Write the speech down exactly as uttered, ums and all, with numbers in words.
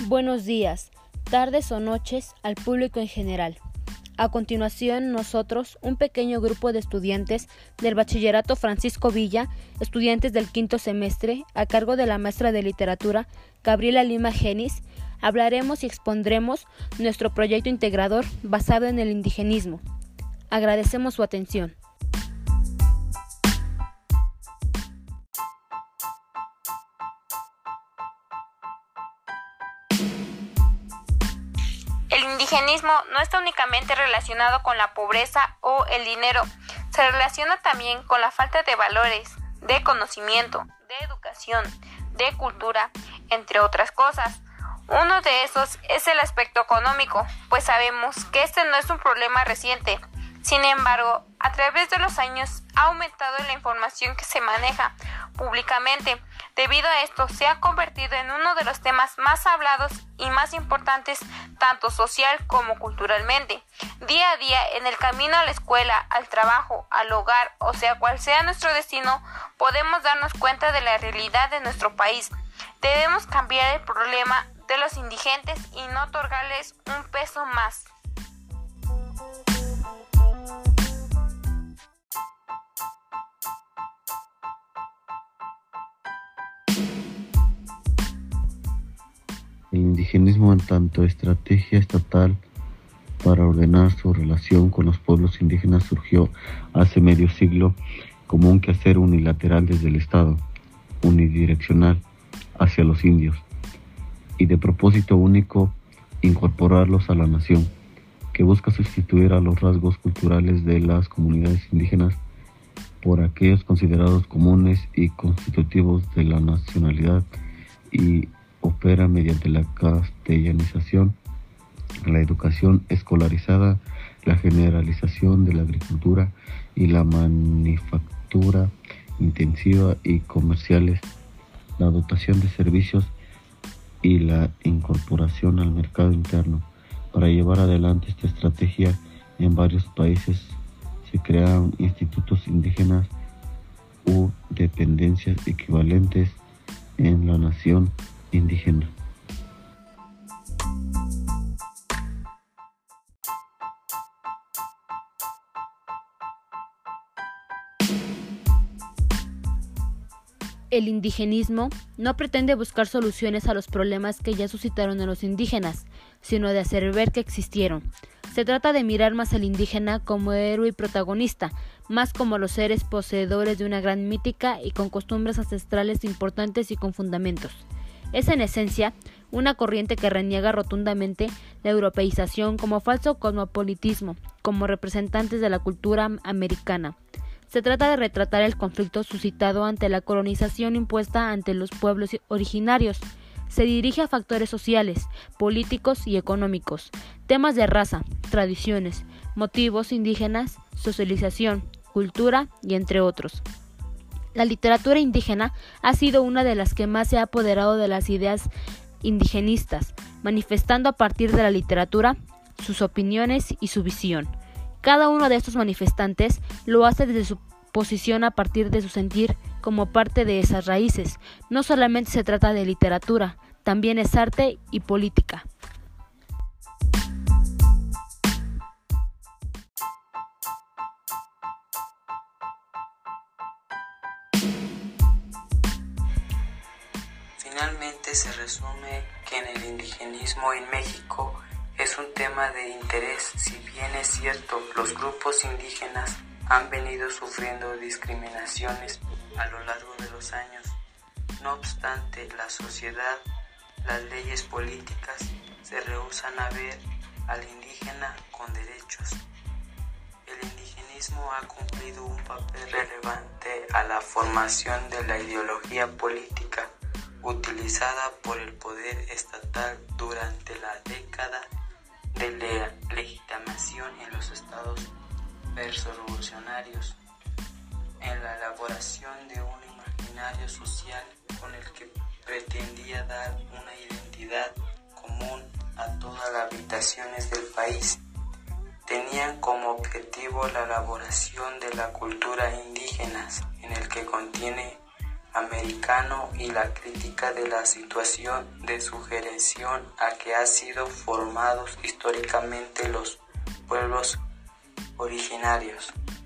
Buenos días, tardes o noches al público en general. A continuación, nosotros, un pequeño grupo de estudiantes del Bachillerato Francisco Villa, estudiantes del quinto semestre, a cargo de la maestra de literatura, Gabriela Lima Genis, hablaremos y expondremos nuestro proyecto integrador basado en el indigenismo. Agradecemos su atención. El indigenismo no está únicamente relacionado con la pobreza o el dinero, se relaciona también con la falta de valores, de conocimiento, de educación, de cultura, entre otras cosas. Uno de esos es el aspecto económico, pues sabemos que este no es un problema reciente. Sin embargo, a través de los años ha aumentado la información que se maneja públicamente. Debido a esto, se ha convertido en uno de los temas más hablados y más importantes, tanto social como culturalmente. Día a día, en el camino a la escuela, al trabajo, al hogar, o sea cual sea nuestro destino, podemos darnos cuenta de la realidad de nuestro país. Debemos cambiar el problema de los indigentes y no otorgarles un peso más. El indigenismo, en tanto estrategia estatal para ordenar su relación con los pueblos indígenas, surgió hace medio siglo como un quehacer unilateral desde el Estado, unidireccional hacia los indios, y de propósito único incorporarlos a la nación, que busca sustituir a los rasgos culturales de las comunidades indígenas por aquellos considerados comunes y constitutivos de la nacionalidad, y opera mediante la castellanización, la educación escolarizada, la generalización de la agricultura y la manufactura intensiva y comerciales, la dotación de servicios y la incorporación al mercado interno. Para llevar adelante esta estrategia, en varios países se crearon institutos indígenas u dependencias equivalentes en la nación indígena. El indigenismo no pretende buscar soluciones a los problemas que ya suscitaron a los indígenas, sino de hacer ver que existieron. Se trata de mirar más al indígena como héroe y protagonista, más como los seres poseedores de una gran mítica y con costumbres ancestrales importantes y con fundamentos. Es en esencia una corriente que reniega rotundamente la europeización como falso cosmopolitismo, como representantes de la cultura americana. Se trata de retratar el conflicto suscitado ante la colonización impuesta ante los pueblos originarios. Se dirige a factores sociales, políticos y económicos, temas de raza, tradiciones, motivos indígenas, socialización, cultura y entre otros. La literatura indígena ha sido una de las que más se ha apoderado de las ideas indigenistas, manifestando a partir de la literatura sus opiniones y su visión. Cada uno de estos manifestantes lo hace desde su posición a partir de su sentir como parte de esas raíces. No solamente se trata de literatura, también es arte y política. Finalmente se resume que en el indigenismo en México es un tema de interés. Si bien es cierto, los grupos indígenas han venido sufriendo discriminaciones a lo largo de los años, no obstante, la sociedad, las leyes políticas se rehúsan a ver al indígena con derechos. El indigenismo ha cumplido un papel relevante a la formación de la ideología política utilizada por el poder estatal durante la década de la legitimación en los estados verso-revolucionarios, en la elaboración de un imaginario social con el que pretendía dar una identidad común a todas las habitaciones del país. Tenían como objetivo la elaboración de la cultura indígena, en el que contiene americano y la crítica de la situación de sujeción a que han sido formados históricamente los pueblos originarios.